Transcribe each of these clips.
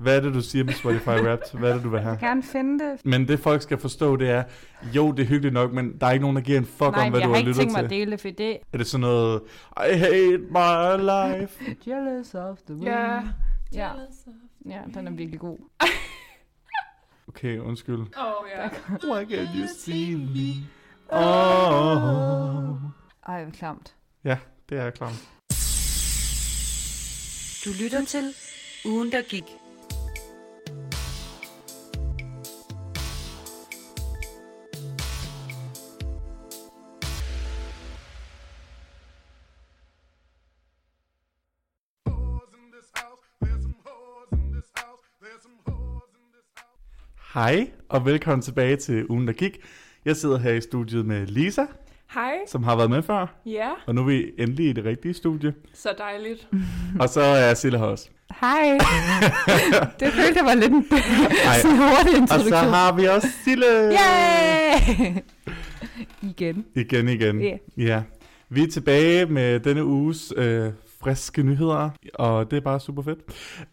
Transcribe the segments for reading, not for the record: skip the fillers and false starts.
Hvad er det, du siger med Spotify Wrapped? Hvad er det, du vil have? Jeg vil gerne finde det. Men det folk skal forstå, det er, jo, det er hyggeligt nok, men der er ikke nogen, der giver en fuck om, hvad du har lyttet til. Nej, jeg har ikke tænkt mig at dele det, for det... Er det sådan noget, I hate my life? Jealous of the moon. Ja, ja, den er virkelig god. Okay, undskyld. Ja. Why can't you see me? Ej, hvor klamt. Ja, det er klamt. Du lytter til Ugen, der gik. Hej, og velkommen tilbage til Ugen, der gik. Jeg sidder her i studiet med Lisa. Hej. Som har været med før. Ja. Og nu er vi endelig i det rigtige studie. Så dejligt. Og så er Silla her også. Hej. Det følte jeg var lidt en sådan hurtig introduktion. Og så har vi også Sille. Yay! Igen. Yeah. Ja. Vi er tilbage med denne uges friske nyheder, og det er bare super fedt.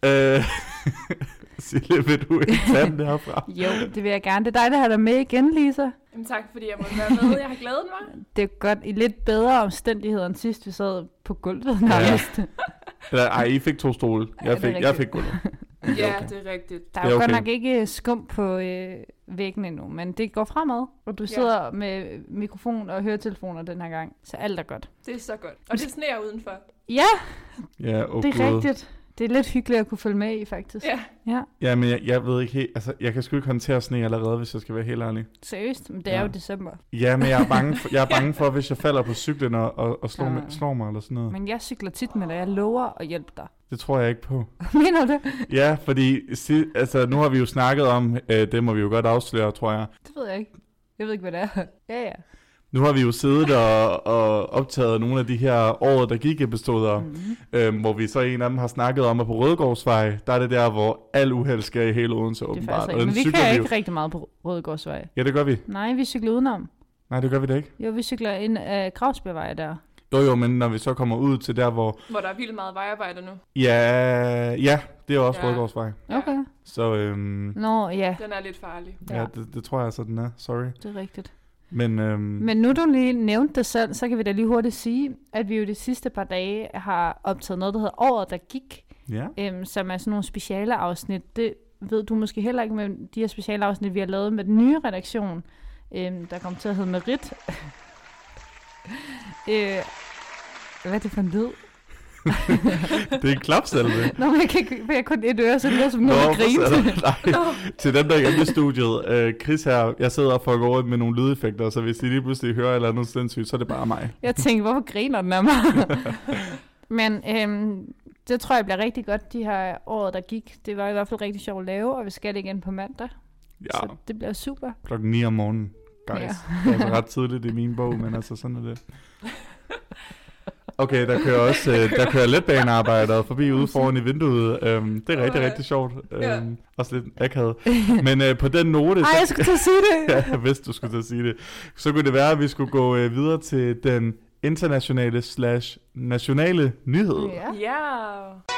Sille, vil du ikke tage den herfra? Jo, det vil jeg gerne. Det er dig, der har dig med igen, Lisa. Jamen tak, fordi jeg måtte være med. Jeg har glædet mig. Det er godt. I lidt bedre omstændigheder end sidst, vi sad på gulvet nærmest. Ja. Ej, I fik 2 stole. Jeg fik gulvet. Ja, det er rigtigt. Der er jo godt nok ikke skum på væggen endnu, men det går fremad. Og du sidder med mikrofon og høretelefoner den her gang, så alt er godt. Det er så godt. Og det sneer udenfor. Ja, det er rigtigt. Det er lidt hyggeligt at kunne følge med i, faktisk. Ja, men jeg ved ikke helt, altså jeg kan sgu ikke håndtere sne allerede, hvis jeg skal være helt ærlig. Seriøst? Men det er jo december. Ja, men jeg er bange for, hvis jeg falder på cyklen og slår mig eller sådan noget. Men jeg cykler tit med dig, jeg lover at hjælpe dig. Det tror jeg ikke på. Mener du det? Ja, fordi altså, nu har vi jo snakket om, det må vi jo godt afsløre, tror jeg. Det ved jeg ikke. Jeg ved ikke, hvad det er. Ja. Nu har vi jo siddet og optaget nogle af de her året, der gik episoder, hvor vi så en af dem har snakket om, at på Rødegårdsvej, der er det der, hvor al uheld sker i hele Odense, åbenbart. Det er faktisk men vi kører ikke rigtig meget på Rødegårdsvej. Ja, det gør vi. Nej, vi cykler udenom. Nej, det gør vi da ikke. Jo, vi cykler ind af Gravsbjergvej der. Jo, men når vi så kommer ud til der, hvor der er vildt meget vejarbejde nu. Ja, det er også Rødegårdsvej. Okay. Så, Nå, ja. Den er lidt farlig. Ja, det tror jeg så, den er. Sorry. Det er rigtigt. Men nu du lige nævnte det selv, så kan vi da lige hurtigt sige, at vi jo de sidste par dage har optaget noget, der hedder Året, der gik. Ja. Som er sådan nogle speciale afsnit. Det ved du måske heller ikke med de her speciale afsnit, vi har lavet med den nye redaktion, der kommer til at hedde Merit. Hvad er det for en lyd? Det er en klapsalve. Nå, men jeg har kun et øre, så det er som noget grint. Til dem, der er hjemme i studiet. Chris her, jeg sidder og får over med nogle lydeffekter, så hvis de lige pludselig hører et eller andet sindssygt, så er det bare mig. Jeg tænkte, hvorfor griner den af mig? Men det tror jeg bliver rigtig godt, de her året, der gik. Det var i hvert fald rigtig sjovt at lave, og vi skal det igen på mandag. Ja. Så det bliver super. 9:00 om morgenen, guys. Ja. Det er altså ret tidligt i min bog, men altså sådan er det. Okay, der kører letbanearbejdere forbi ude foran i vinduet. Det er rigtig sjovt. Også lidt akavet. Men på den note... jeg skulle til at sige det. Ja, jeg vidste, du skulle til at sige det. Så kunne det være, at vi skulle gå videre til den internationale / nationale nyhed. Ja.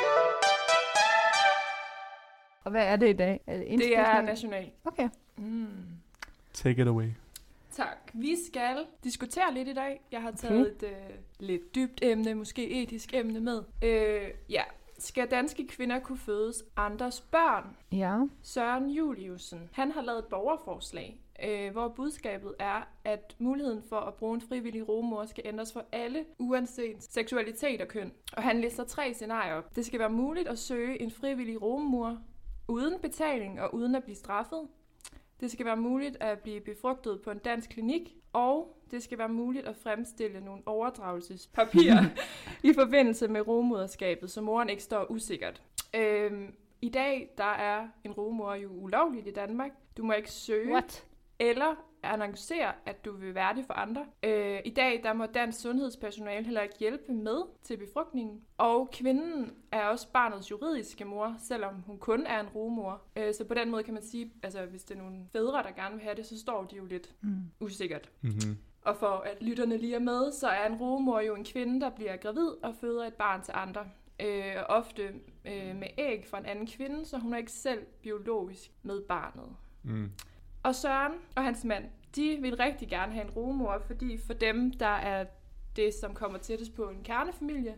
Og hvad er det i dag? Det er national. Okay. Take it away. Tak. Vi skal diskutere lidt i dag. Jeg har taget et lidt dybt emne, måske etisk emne med. Skal danske kvinder kunne fødes andres børn? Ja. Søren Juliusen, han har lavet et borgerforslag, hvor budskabet er, at muligheden for at bruge en frivillig rugemor skal ændres for alle, uanset seksualitet og køn. Og han lister 3 scenarier op. Det skal være muligt at søge en frivillig rugemor uden betaling og uden at blive straffet. Det skal være muligt at blive befrugtet på en dansk klinik, og det skal være muligt at fremstille nogle overdragelsespapirer i forbindelse med rugemoderskabet, så moren ikke står usikkert. I dag der er en rugemor jo ulovligt i Danmark. Du må ikke søge eller annoncere, at du vil være det for andre. I dag der må dansk sundhedspersonale heller ikke hjælpe med til befrugtningen. Og kvinden er også barnets juridiske mor, selvom hun kun er en rugemor. Så på den måde kan man sige, altså hvis det er nogle fædre, der gerne vil have det, så står de jo lidt usikkert. Mm-hmm. Og for at lytterne lige er med, så er en rugemor jo en kvinde, der bliver gravid og føder et barn til andre. Ofte med æg fra en anden kvinde, så hun er ikke selv biologisk med barnet. Mm. Og Søren og hans mand, de vil rigtig gerne have en rugemor, fordi for dem, der er det, som kommer tættest på en kernefamilie.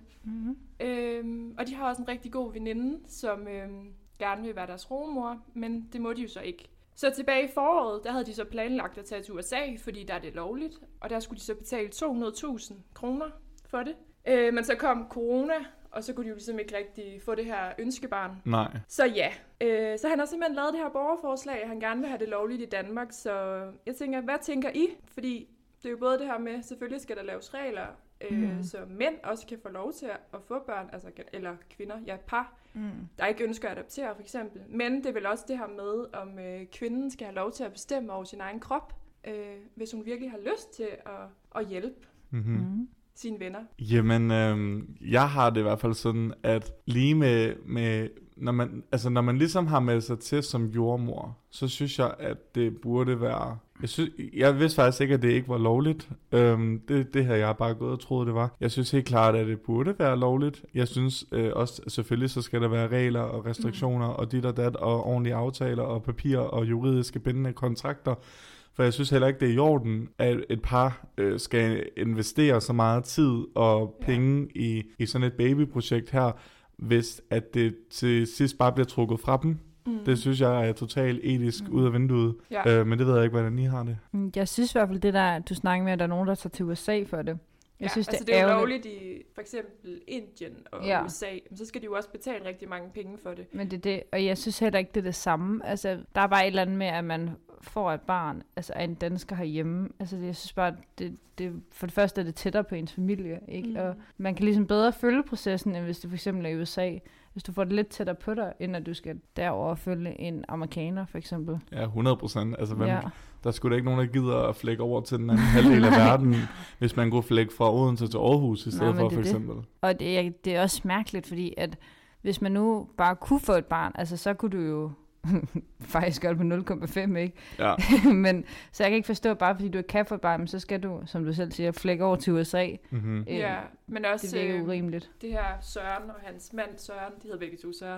Mm-hmm. Og de har også en rigtig god veninde, som gerne vil være deres rugemor, men det må de jo så ikke. Så tilbage i foråret, der havde de så planlagt at tage til USA, fordi der er det lovligt, og der skulle de så betale 200.000 kroner for det. Men så kom corona, og så kunne de jo ligesom ikke rigtig få det her ønskebarn. Nej. Så ja, så han har simpelthen lavet det her borgerforslag, at han gerne vil have det lovligt i Danmark, så jeg tænker, hvad tænker I? Fordi det er jo både det her med, selvfølgelig skal der laves regler, så mænd også kan få lov til at få børn, altså, eller kvinder, ja, par, der ikke ønsker at adoptere for eksempel. Men det er vel også det her med, om kvinden skal have lov til at bestemme over sin egen krop, hvis hun virkelig har lyst til at hjælpe sine venner. Jamen, jeg har det i hvert fald sådan, at lige med når man ligesom har meldt sig til som jordmor, så synes jeg, at det burde være... Jeg vidste faktisk ikke, at det ikke var lovligt. Det har jeg bare gået og troet, det var. Jeg synes helt klart, at det burde være lovligt. Jeg synes også, selvfølgelig så skal der være regler og restriktioner og dit og dat og ordentlige aftaler og papirer og juridiske bindende kontrakter. For jeg synes heller ikke, det er i orden, at et par skal investere så meget tid og penge i sådan et babyprojekt her, hvis at det til sidst bare bliver trukket fra dem. Det synes jeg er totalt etisk ud af vinduet. Ja. Men det ved jeg ikke, hvordan I har det. Jeg synes i hvert fald, det der, du snakker med, at der er nogen, der tager til USA for det. Jeg synes, altså det er jo lovligt i for eksempel Indien og USA, men så skal de jo også betale rigtig mange penge for det. Men det er det, og jeg synes heller ikke, det er det samme. Altså, der er bare et eller andet med, at man får et barn, altså af en dansker herhjemme. Altså, jeg synes bare, det for det første er det tættere på ens familie, ikke? Og man kan ligesom bedre følge processen, end hvis det for eksempel er i USA. Hvis du får det lidt tættere på dig, end at du skal derover følge en amerikaner, for eksempel. Ja, 100%. Altså, der skulle da ikke nogen, der gider at flække over til den anden halvdel af verden, hvis man kunne flække fra Odense til Aarhus i stedet for eksempel. Og det er også mærkeligt, fordi at hvis man nu bare kunne få et barn, altså så kunne du jo faktisk gøre det på 0,5, ikke? Ja. Men så jeg kan ikke forstå, bare fordi du ikke kan få et barn, så skal du, som du selv siger, flække over til USA. Mm-hmm. Ja, men også det virker urimeligt. Det her Søren og hans mand Søren, de hedder begge to Søren,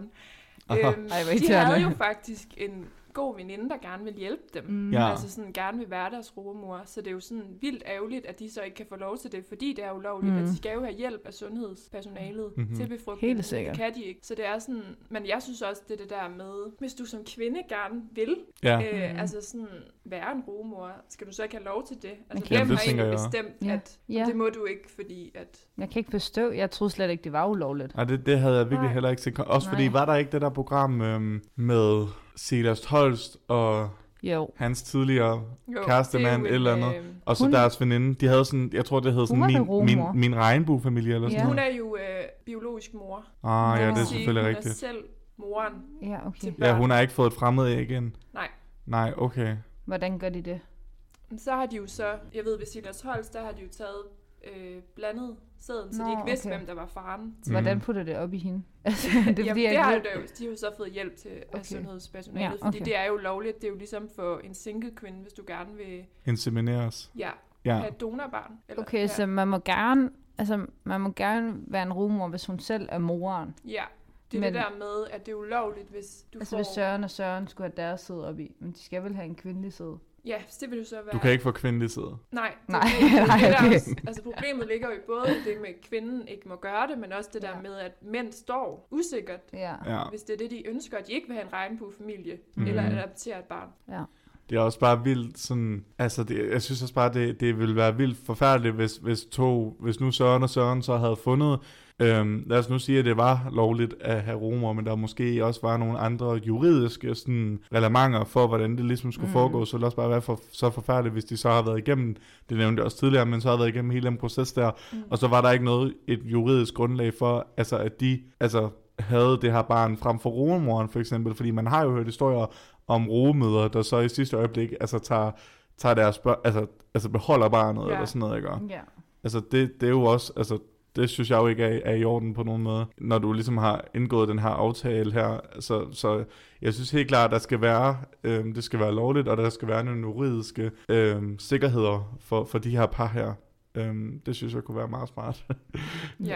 de havde jo faktisk en god veninde, der gerne vil hjælpe dem. Altså sådan gerne vil være deres rugemor. Så det er jo sådan vildt ærgerligt, at de så ikke kan få lov til det, fordi det er ulovligt, at de skal jo have hjælp af sundhedspersonalet til befrugtning. Helt sikkert. Det kan de ikke. Så det er sådan, men jeg synes også, det der med, hvis du som kvinde gerne vil, altså sådan være en rugemor, skal du så ikke have lov til det? Altså hvem har egentlig bestemt, at det må du ikke, fordi at... Jeg kan ikke forstå, jeg troede slet ikke, det var ulovligt. Nej, det havde jeg virkelig heller ikke set. Også fordi, var der ikke det der program med Silas Holst og hans tidligere kærestemand eller andet, og så deres veninde, de havde sådan, jeg tror det hed sådan min regnbuefamilie eller sådan noget. Hun er jo biologisk mor. Ja, det er selvfølgelig rigtigt. Hun er selv moren. Ja, okay. Ja, hun har ikke fået et fremmed æg igen. Nej, okay. Hvordan gør de det? Så har de jo jeg ved ved Silas Holst, der har de jo taget blandet sæden, så de ikke vidste, hvem der var faren. Hvordan putter det op i hende? Altså, det har de jo så fået hjælp til af sundhedspersonalet, fordi det er jo lovligt. Det er jo ligesom for en single kvinde, hvis du gerne vil insemineres. Have et donorbarn. Eller, så man må gerne være en rugemor, hvis hun selv er moren. Ja. Det er det der med, at det er ulovligt, hvis du får... hvis Søren og Søren skulle have deres sæd op i, men de skal vel have en kvindelig sæd. Ja, det vil jo så være... Du kan ikke få kvindelig sæde. Nej. Altså problemet ligger jo både i det med, at kvinden ikke må gøre det, men også det der med, at mænd står usikkert, hvis det er det, de ønsker, at de ikke vil have en regnbuefamilie, eller adoptere et barn. Ja. Det er også bare vildt sådan... Altså, jeg synes også bare, det ville være vildt forfærdeligt, hvis nu Søren og Søren så havde fundet... lad os nu sige, at det var lovligt at have romer, men der måske også var nogle andre juridiske sådan, reglementer for, hvordan det ligesom skulle foregå, så det også bare være så forfærdeligt, hvis de så har været igennem, det nævnte jeg også tidligere, men så har været igennem hele den proces der, og så var der ikke et juridisk grundlag for, altså, at de havde det her barn frem for romoren for eksempel, fordi man har jo hørt historier om rogemødre, der så i sidste øjeblik tager deres børn, altså beholder barnet eller sådan noget, ikke? Yeah. Altså det er jo også, det synes jeg jo ikke er i orden på nogen måde, når du ligesom har indgået den her aftale her. Så jeg synes helt klart, at der skal være, det skal være lovligt, og der skal være nogle juridiske sikkerheder for de her par her. Det synes jeg kunne være meget smart.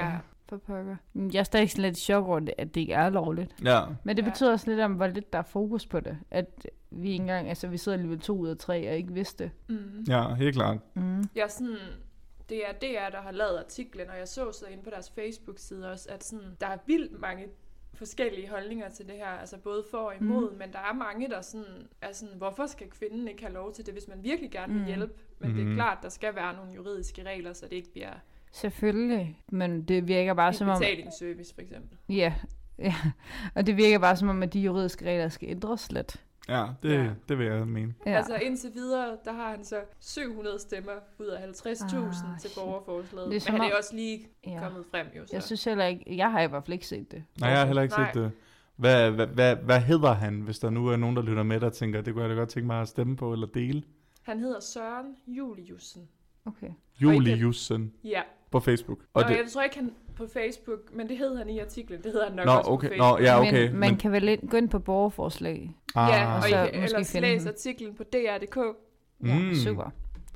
For pokker. Jeg er stadig lidt i chok over, at det ikke er lovligt. Ja. Men det betyder også lidt om, hvor lidt der er fokus på det. At vi ikke engang, altså vi sidder alligevel 2 ud af 3 og ikke vidste det. Mm. Ja, helt klart. Mm. Jeg er sådan, det er DR, der har lavet artiklen, og jeg så inde på deres Facebook-side også, at sådan, der er vildt mange forskellige holdninger til det her, altså både for og imod, men der er mange, der sådan, er sådan, hvorfor skal kvinden ikke have lov til det, hvis man virkelig gerne vil hjælpe? Men det er klart, der skal være nogle juridiske regler, så det ikke bliver Selvfølgelig, men det virker bare som om... betalingsservice, for eksempel. Ja, og det virker bare som om, at de juridiske regler skal ændres lidt. Ja, det vil jeg mene. Ja. Altså indtil videre, der har han så 700 stemmer ud af 50.000 til borgerforslaget. Men han er også lige kommet frem jo. Så. Jeg synes heller ikke, jeg har i hvert fald ikke set det. Nej, jeg har heller ikke set det. Hvad hedder han, hvis der nu er nogen, der lytter med, der tænker, det kunne jeg da godt tænke mig at stemme på eller dele? Han hedder Søren Juliussen. Okay. Juliussen. Ja. På Facebook. Og jeg tror ikke, han på Facebook, men det hed han i artiklen. Det hedder han nok også okay. på Facebook. Nå, ja, okay. Men man kan vel gå ind på borgerforslag. Ja, og så I kan ellers læse artiklen på dr.dk. Ja, super.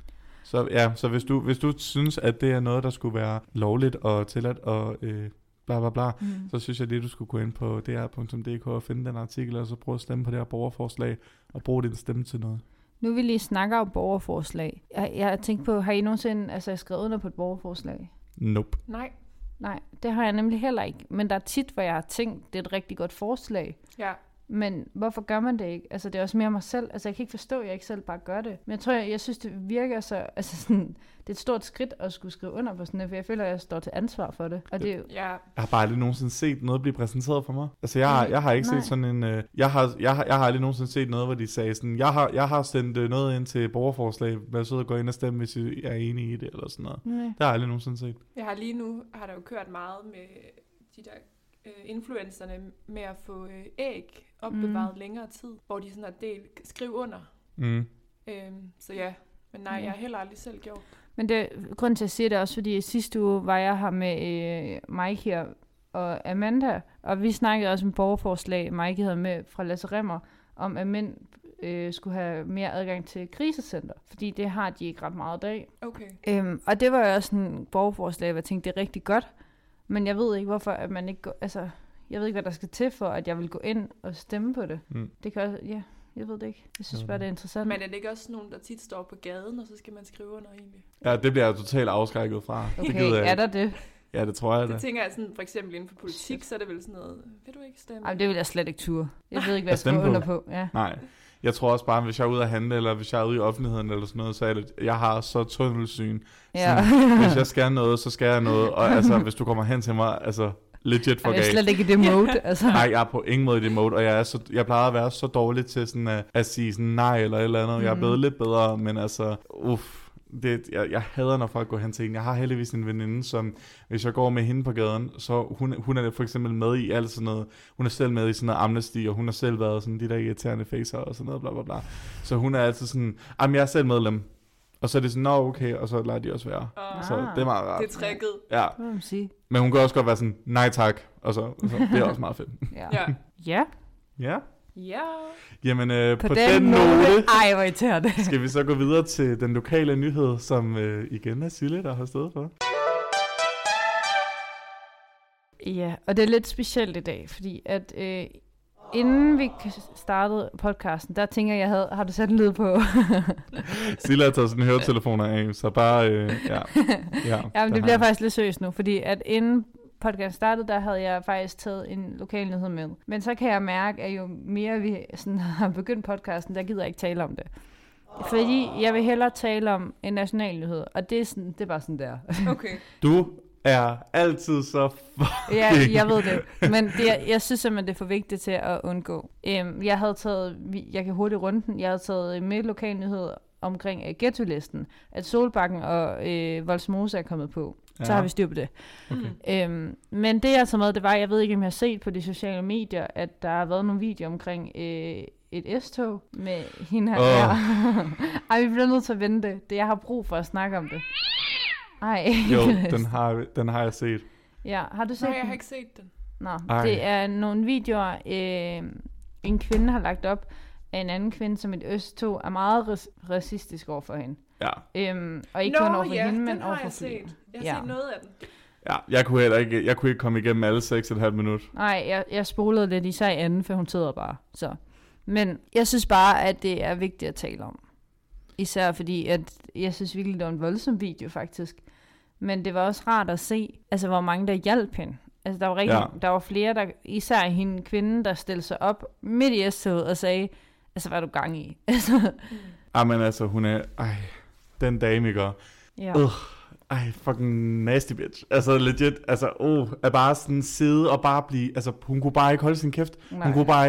Så hvis du synes, at det er noget, der skulle være lovligt og tilladt og bla bla bla, så synes jeg lige, du skulle gå ind på dr.dk og finde den artikel, og så prøve at stemme på det her borgerforslag, og bruge din stemme til noget. Nu vil lige snakke om borgerforslag. Jeg har tænkt på, har I nogensinde skrevet under på et borgerforslag? Nope. Nej, det har jeg nemlig heller ikke. Men der er tit, hvor jeg har tænkt, det er et rigtig godt forslag. Ja. Men hvorfor gør man det ikke? Altså, det er også mere mig selv. Altså, jeg kan ikke forstå, at jeg ikke selv bare gør det. Men jeg tror, jeg synes, det virker så... Altså, sådan, det er et stort skridt at skulle skrive under på sådan det, for jeg føler, at jeg står til ansvar for det. Og det er jo... Ja. Jeg har bare aldrig nogensinde set noget blive præsenteret for mig. Altså, jeg har ikke set sådan en... Jeg har aldrig nogensinde set noget, hvor de sagde sådan... Jeg har sendt noget ind til borgerforslag, hvad så gå ind og stemme, hvis I er enige i det, eller sådan noget. Nej. Det har jeg aldrig nogensinde set. Jeg har lige nu, har der jo kørt meget med de der influencerne med at få æg opbevaret længere tid, hvor de sådan har skriv under. Så ja, men nej, jeg har heller aldrig selv gjort. Men det grund til at sige det også, fordi sidste uge var jeg her med Mike her og Amanda, og vi snakkede også om borgerforslag, Mike havde med fra Lasse Remmer, om at mænd skulle have mere adgang til krisecenter, fordi det har de ikke ret meget i dag. Okay. Og det var jo også en borgerforslag, hvor jeg tænkte, det er rigtig godt, men jeg ved ikke, hvorfor at man ikke går, altså, jeg ved ikke, hvad der skal til for, at jeg vil gå ind og stemme på det. Det kan også, jeg ved det ikke. Jeg synes bare, det er interessant. Men er det ikke også nogen, der tit står på gaden, og så skal man skrive under egentlig? Ja, det bliver jeg totalt afskrækket fra. Okay, er der det? Ja, det tror jeg da. Det tænker jeg sådan, for eksempel inden for politik, så er det vel sådan noget, vil du ikke stemme? Ej, det vil jeg slet ikke turde. Jeg ved ikke, hvad jeg skal under på. Ja. Nej, jeg tror også bare, hvis jeg er ude at handle, eller hvis jeg er ude i offentligheden, eller sådan noget, så er det, jeg har så tunnelsyn. Ja. Hvis jeg skal noget, så skal jeg noget. Og altså, hvis du kommer hen til mig, altså legit for galt. Jeg er slet ikke i det mode. Altså. Nej, jeg er på ingen måde i det mode, og jeg plejer at være så dårlig til sådan at sige sådan nej eller et eller andet. Jeg er blevet lidt bedre, men altså, jeg hader, når folk går hen til en. Jeg har heldigvis en veninde, som, hvis jeg går med hende på gaden, så hun er for eksempel med i alt sådan noget. Hun er selv med i sådan noget Amnesty, og hun har selv været sådan de der irriterende facer og sådan noget, bla bla bla. Så hun er altid sådan, jeg er selv medlem. Og så er det sådan, okay, og så lader de også være. Så det er meget rart. Det er tricket. Ja. Men hun kan også godt være sådan, nej tak. Og så det er også meget fedt. Ja. Jamen, på den note, ej, hvor irriterende. skal vi så gå videre til den lokale nyhed, som igen er Sille, der har stået for. Ja, og det er lidt specielt i dag, fordi at inden vi startede podcasten, der tænker jeg, har du sat en lyd på? Sille har taget sådan en høretelefoner af, så bare, ja, men det bliver faktisk lidt seriøst nu, fordi at inden podcasten startede, der havde jeg faktisk taget en lokal nyhed med. Men så kan jeg mærke, at jo mere vi sådan har begyndt podcasten, der gider jeg ikke tale om det. Fordi jeg vil hellere tale om en national nyhed, og det er bare sådan der. Okay. Du er altid så Ja, jeg ved det. Men jeg synes simpelthen, det er for vigtigt til at undgå. Jeg kan hurtigt runde den, jeg havde taget med lokal nyhed omkring ghettolisten, at Solbakken og Vollsmose er kommet på. Så har vi styr på det. Okay. Men det jeg tager med, det var, jeg ved ikke, om jeg har set på de sociale medier, at der har været nogle videoer omkring et S-tog med hende her. Ej, vi bliver nødt til at vente det. Jeg har brug for at snakke om det. Ej. Jo, den har jeg set. Ja, har du set Nej, den? jeg har ikke set den. Nå, det er nogle videoer, en kvinde har lagt op af en anden kvinde, som et S-tog er meget racistisk over for hende. Ja. Og ikke kun over for hende, men over for set. Jeg har set noget af Ja, jeg kunne ikke komme igennem alle 6,5 minutter. Nej, jeg spolede lidt især i anden, for hun sidder bare. Så. Men jeg synes bare, at det er vigtigt at tale om. Især fordi, at jeg synes virkelig, det var en voldsom video faktisk. Men det var også rart at se, altså hvor mange der hjalp hende. Altså der var flere, der, især hende kvinde, der stillede sig op midt i S-toget og sagde, altså hvad er du gang i? Men altså, hun er, den dame, ikke? Ja. Fucking nasty bitch. Altså legit, altså, at bare sådan sidde og bare blive, altså, hun kunne bare ikke holde sin kæft. Hun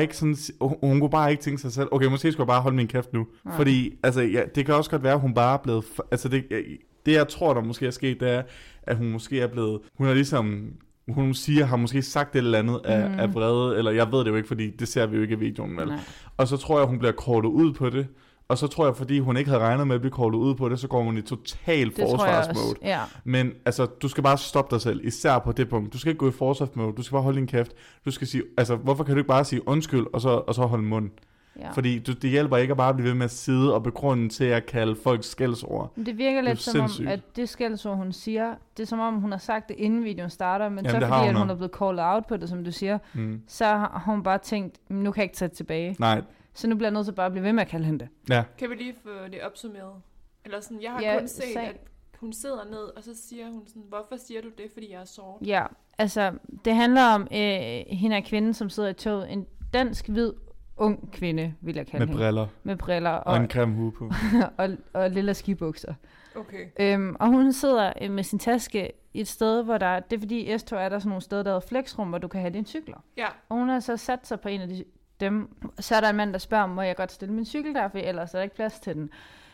kunne bare ikke tænke sig selv, okay, måske skulle jeg bare holde min kæft nu. Nej. Fordi, altså, ja, det kan også godt være, at hun bare er blevet, altså, det jeg tror, der måske er sket, det er, at hun måske er blevet, hun er ligesom, hun har måske sagt et eller andet af vrede, eller jeg ved det jo ikke, fordi det ser vi jo ikke i videoen, vel? Og så tror jeg, hun bliver kortet ud på det. Og så tror jeg, fordi hun ikke havde regnet med at blive kortet ud på det, så går hun i total forsvarsmode. Ja. Men altså, du skal bare stoppe dig selv, især på det punkt. Du skal ikke gå i forsvarsmode, du skal bare holde din kæft. Du skal sige, altså, hvorfor kan du ikke bare sige undskyld, og så holde mund? Ja. Fordi det hjælper ikke at bare blive ved med at sidde og begrunde til at kalde folk skældsord. Det virker lidt som om, at det skældsord, hun siger, det er som om, hun har sagt det, inden videoen starter, men jamen, så fordi, at hun er blevet called out på det, som du siger, så har hun bare tænkt, nu kan jeg ikke tage det tilbage. Nej. Så nu bliver jeg nødt til bare at blive ved med at kalde hende det. Ja. Kan vi lige få det opsummeret? Eller sådan, jeg har kun set, at hun sidder ned, og så siger hun sådan, hvorfor siger du det, fordi jeg er såret? Ja, altså, det handler om hende af kvinden, som sidder i toget. En dansk, hvid, ung kvinde, vil jeg kalde hende. Med briller. Og en creme hue på. og lille skibukser. Okay. Og hun sidder med sin taske i et sted, hvor det er fordi S-tog er der sådan nogle steder, der hedder flexrum, hvor du kan have dine cykler. Ja. Og hun har så sat sig på en af dem. Så er der en mand, der spørger, må jeg godt stille min cykel der, for ellers er der ikke plads til den.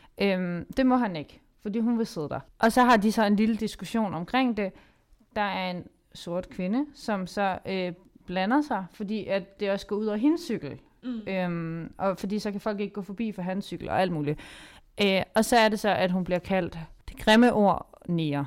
Det må han ikke, fordi hun vil sidde der. Og så har de så en lille diskussion omkring det. Der er en sort kvinde, som så blander sig, fordi at det også går ud over hendes cykel. Og fordi så kan folk ikke gå forbi for hans cykel og alt muligt. Og så er det så, at hun bliver kaldt det grimme ord nære.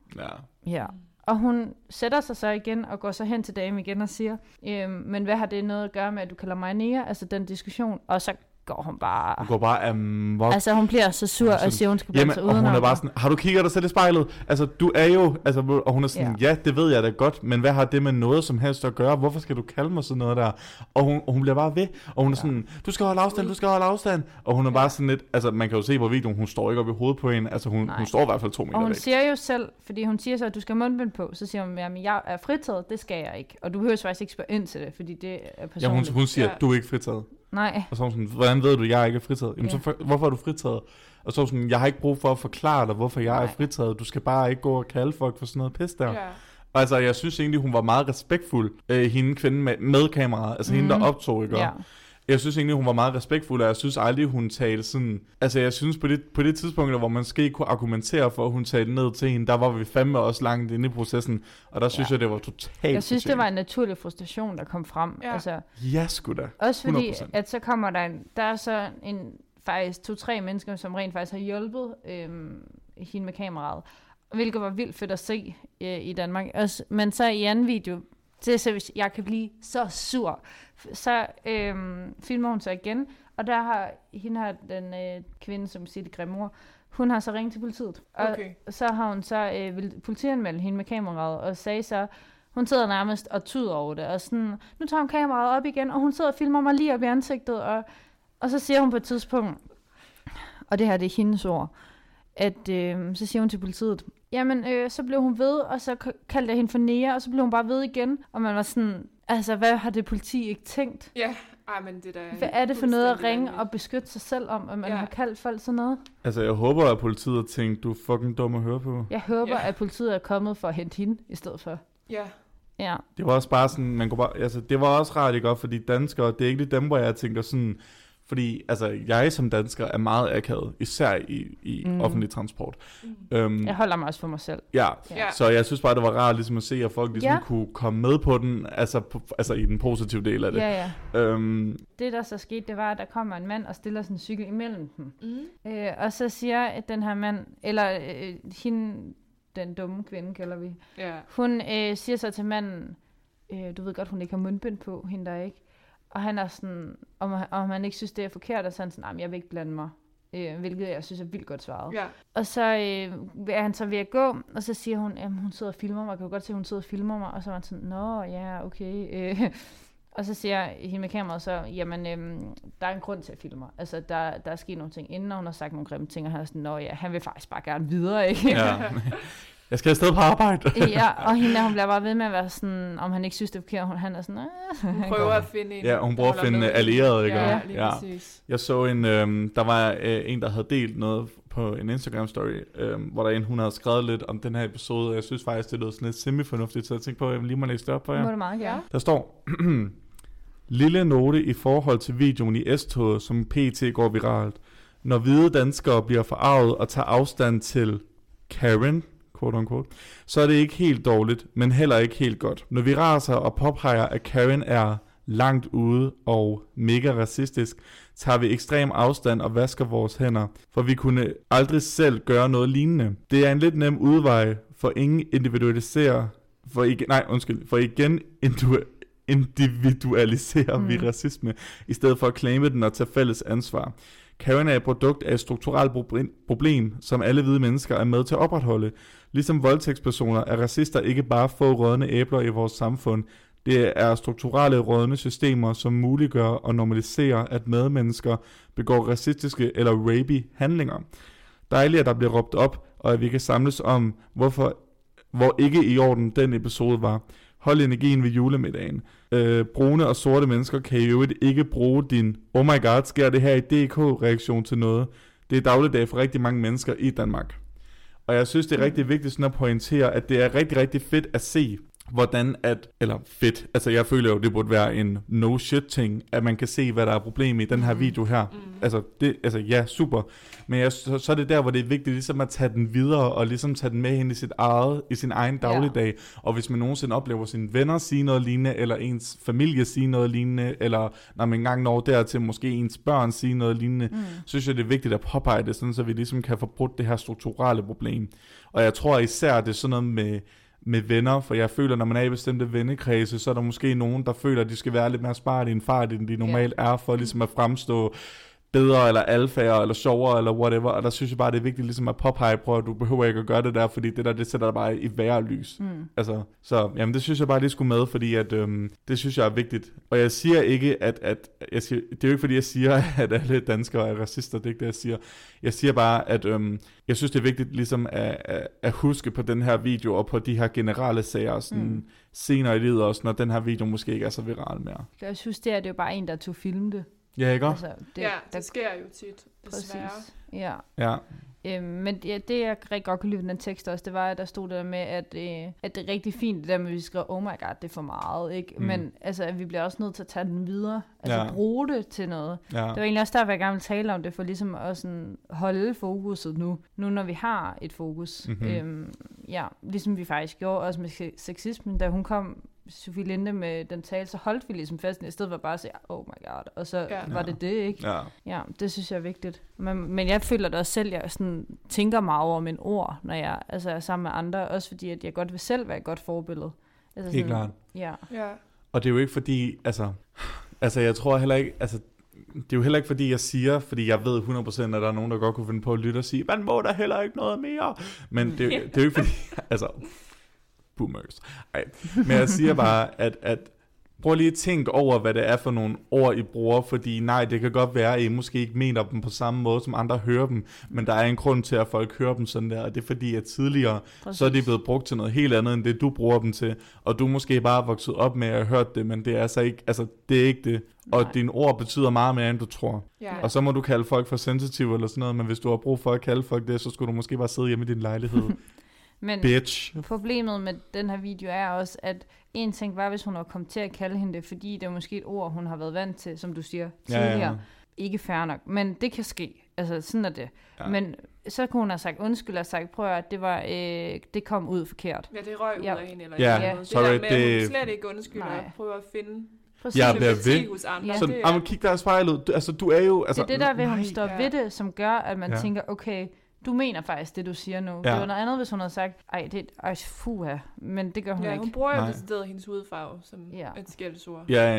Ja. Og hun sætter sig så igen og går så hen til damen igen og siger, men hvad har det noget at gøre med, at du kalder mig nære? Altså den diskussion. Og så går hun bare... Hun går bare amok. Altså hun bliver så sur og siger, hun skal blande sig udenom. Og hun er bare sådan, har du kigget dig selv i spejlet? Altså du er jo... Altså, og hun er sådan, ja, det ved jeg da godt, men hvad har det med noget som helst at gøre? Hvorfor skal du kalde mig sådan noget der? Og hun bliver bare ved, og hun er sådan, du skal holde afstand. Og hun er bare sådan lidt... Altså man kan jo se på videoen, hun står ikke op i hovedet på hende. Altså hun står i hvert fald 2 meter væk. Og hun siger jo selv, fordi hun siger så, at du skal have mundbind på, så siger hun, jamen jeg er fritaget, det skal jeg ikke. Og du behøver faktisk ikke spørge ind til det, fordi det er personligt. Ja, hun siger, du er ikke fritaget. Nej. Og så sådan, hvordan ved du, at jeg ikke er fritaget? Jamen, så hvorfor er du fritaget? Og så sådan, jeg har ikke brug for at forklare dig, hvorfor jeg er fritaget. Du skal bare ikke gå og kalde folk for sådan noget pis der. Yeah. Og altså, jeg synes egentlig, hun var meget respektfuld, hende kvinde med kameraet. Altså hende, der optog, ikke? Yeah. Jeg synes egentlig, hun var meget respektfuld, og jeg synes aldrig, hun talte sådan... Altså, jeg synes på det tidspunkt, hvor man måske kunne argumentere for, at hun talte ned til hende, der var vi fandme også langt inde i processen, og der synes jeg, det var totalt... Jeg synes, det var en naturlig frustration, der kom frem. Ja, altså, ja sgu da. Også fordi, at så kommer der er så faktisk 2-3 mennesker, som rent faktisk har hjulpet hende med kameraet, hvilket var vildt fedt at se i Danmark. Også, men så i anden video... Så hvis jeg kan blive så sur, så filmer hun så igen, og der har hende her, den kvinde, som siger det grimme ord, hun har så ringet til politiet. Og så har hun så vil politianmelde hende med kameraet, og sagde så, hun sidder nærmest og tuder over det, og sådan, nu tager hun kameraet op igen, og hun sidder og filmer mig lige op i ansigtet, og så siger hun på et tidspunkt, og det her det er hendes ord, at så siger hun til politiet, jamen, så blev hun ved, og så kaldte jeg hende for nære, og så blev hun bare ved igen. Og man var sådan, altså, hvad har det politi ikke tænkt? Ja, men det der... Hvad er det for noget at ringe og beskytte sig selv om, at man har kaldt folk sådan noget? Altså, jeg håber, at politiet har tænkt, du er fucking dum at høre på. Jeg håber, at politiet er kommet for at hente hende, i stedet for. Ja. Det var også bare sådan, man kunne bare... Altså, det var også rart, ikke? Fordi danskere, det er ikke dem, hvor jeg tænker sådan... Fordi altså, jeg som dansker er meget akavet, især i offentlig transport. Jeg holder mig også for mig selv. Ja, så jeg synes bare, det var rart ligesom at se, at folk ligesom kunne komme med på den, altså i den positive del af det. Ja. Det, der så skete, det var, at der kommer en mand og stiller sin cykel imellem dem. Og så siger den her mand, eller hende, den dumme kvinde, kalder vi, hun siger så til manden, du ved godt, hun ikke har mundbind på, hende der ikke. Og han er sådan, om han ikke synes, det er forkert, og så er han sådan, jeg vil ikke blande mig. hvilket jeg synes er vildt godt svaret. Ja. Og så er han så ved at gå, og så siger hun, at hun sidder og filmer mig. Jeg kan jo godt se, at hun sidder og filmer mig. Og så var han sådan, nå, ja, okay. Og så siger hende med kameraet så, jamen, der er en grund til at filme mig. Altså, der er sket nogle ting inden, og hun har sagt nogle grimme ting, og han er sådan, nå ja, han vil faktisk bare gerne videre, ikke? Ja. Jeg skal afsted på arbejde. Ja, og hende, hun bliver bare ved med at være sådan, om han ikke synes, det er forkert, han er sådan, Hun prøver at finde en. Ja, hun prøver at finde allierede, ikke? Ja, lige præcis. Jeg så der var en, der havde delt noget på en Instagram-story, hvor der hun havde skrevet lidt om den her episode, og jeg synes faktisk, det lød sådan lidt semi-fornuftigt, så jeg tænkte på, at jeg lige må læse det op for jer. Må det meget gerne. Der står, lille note i forhold til videoen i S-toget, som PT går viralt. Når hvide danskere bliver forarvet og tager afstand til Karen, quote unquote, så er det ikke helt dårligt, men heller ikke helt godt. Når vi raser og påpeger, at Karen er langt ude og mega racistisk, tager vi ekstrem afstand og vasker vores hænder, for vi kunne aldrig selv gøre noget lignende. Det er en lidt nem udvej, for ingen individualiserer, for igen individualiserer vi racisme, i stedet for at claime den og tage fælles ansvar. Karen er et produkt af et strukturelt problem, som alle hvide mennesker er med til at opretholde. Ligesom voldtægtspersoner er racister ikke bare få rådne æbler i vores samfund. Det er strukturelle rådne systemer, som muliggør og normaliserer, at medmennesker begår racistiske eller rapey handlinger. Dejligt, at der bliver råbt op, og at vi kan samles om, hvor ikke i orden den episode var. Hold energien ved julemiddagen. Brune og sorte mennesker kan i øvrigt ikke bruge din oh my god, sker det her i DK-reaktion til noget. Det er dagligdag for rigtig mange mennesker i Danmark. Og jeg synes, det er rigtig vigtigt sådan at pointere, at det er rigtig, rigtig fedt at se, hvordan fedt, altså jeg føler jo, det burde være en no shit ting, at man kan se, hvad der er problemet i den her video her. Ja, super. Men så er det der, hvor det er vigtigt ligesom at tage den videre, og ligesom tage den med hen i sin egen dagligdag. Og hvis man nogensinde oplever sine venner sige noget lignende, eller ens familie sige noget lignende, eller når man engang når dertil, måske ens børn sige noget lignende, så synes jeg, det er vigtigt at påpege det, sådan så vi ligesom kan få brudt det her strukturelle problem. Og jeg tror især, det er sådan noget med venner, for jeg føler, når man er i bestemte vennekredse, så er der måske nogen, der føler, at de skal være lidt mere smart i en fart, end de normalt er, for ligesom at fremstå bedre, eller alfaer, eller sjovere, eller whatever, og der synes jeg bare, det er vigtigt ligesom at påpege, prøv at du behøver ikke at gøre det der, fordi det sætter dig bare i værre lys. Altså, så jamen, det synes jeg bare, det skulle med, fordi at, det synes jeg er vigtigt. Og jeg siger ikke, det er jo ikke fordi, jeg siger, at alle danskere er racister, det er ikke det, jeg siger. Jeg siger bare, at jeg synes, det er vigtigt ligesom at huske på den her video, og på de her generelle sager, sådan senere i livet også, når den her video måske ikke er så viral mere. Jeg synes, det er jo bare en, der tog film det. Ja, ikke? Altså, det sker jo tit, desværre. Ja. Men det jeg rigtig godt kunne lide ved den tekst også, det var, at der stod der med, at det er rigtig fint, det der med, at vi skriver, oh my god, det er for meget, ikke? Men altså, at vi bliver også nødt til at tage den videre, altså bruge det til noget. Det var egentlig også derfor, jeg gerne ville tale om det, for ligesom at sådan holde fokuset nu når vi har et fokus. Ligesom vi faktisk gjorde også med sexismen, da hun kom, Sofie Linde med den tale, så holdt vi ligesom festen, i stedet for bare at sige, oh my god, og så var det, ikke? Ja, det synes jeg er vigtigt. Men jeg føler det også selv, jeg sådan tænker meget over mine ord, når jeg er sammen med andre, også fordi, at jeg godt vil selv være et godt forbillede. Altså, helt klart. Ja. Og det er jo ikke fordi, altså jeg tror heller ikke, det er jo heller ikke fordi, jeg siger, fordi jeg ved 100%, at der er nogen, der godt kunne finde på at lytte og sige, man må der heller ikke noget mere. Men det er jo ikke fordi, boomers. Men jeg siger bare, at prøv lige at tænke over, hvad det er for nogle ord, I bruger, fordi nej, det kan godt være, at I måske ikke mener dem på samme måde, som andre hører dem, men der er en grund til, at folk hører dem sådan der, og det er fordi, at tidligere, så er de blevet brugt til noget helt andet, end det du bruger dem til, og du måske bare er vokset op med at have hørt det, men det er altså ikke, det er ikke det, og dine ord betyder meget mere, end du tror. Og så må du kalde folk for sensitive eller sådan noget, men hvis du har brug for at kalde folk det, så skulle du måske bare sidde hjemme i din lejlighed. Men problemet med den her video er også, at en ting var, hvis hun var kommet til at kalde hende det, fordi det er måske et ord, hun har været vant til, som du siger tidligere. Ja. Ikke fair nok, men det kan ske. Altså, sådan er det. Ja. Men så kunne hun have sagt undskyld og sagt, prøv at det kom ud forkert. Ja, det røg ud af hende. Eller noget. Sorry, det der med, at hun slet ikke undskylder og prøver at finde sympati hos andre. Kig der i spejlet. Altså, du er jo... det er det der ved, hun står ved det, som gør, at man tænker, okay, du mener faktisk det, du siger nu. Det var noget andet, hvis hun havde sagt, men det gør hun ikke. Hun bruger jo decideret hendes hudfarve som et skældsord. Ja.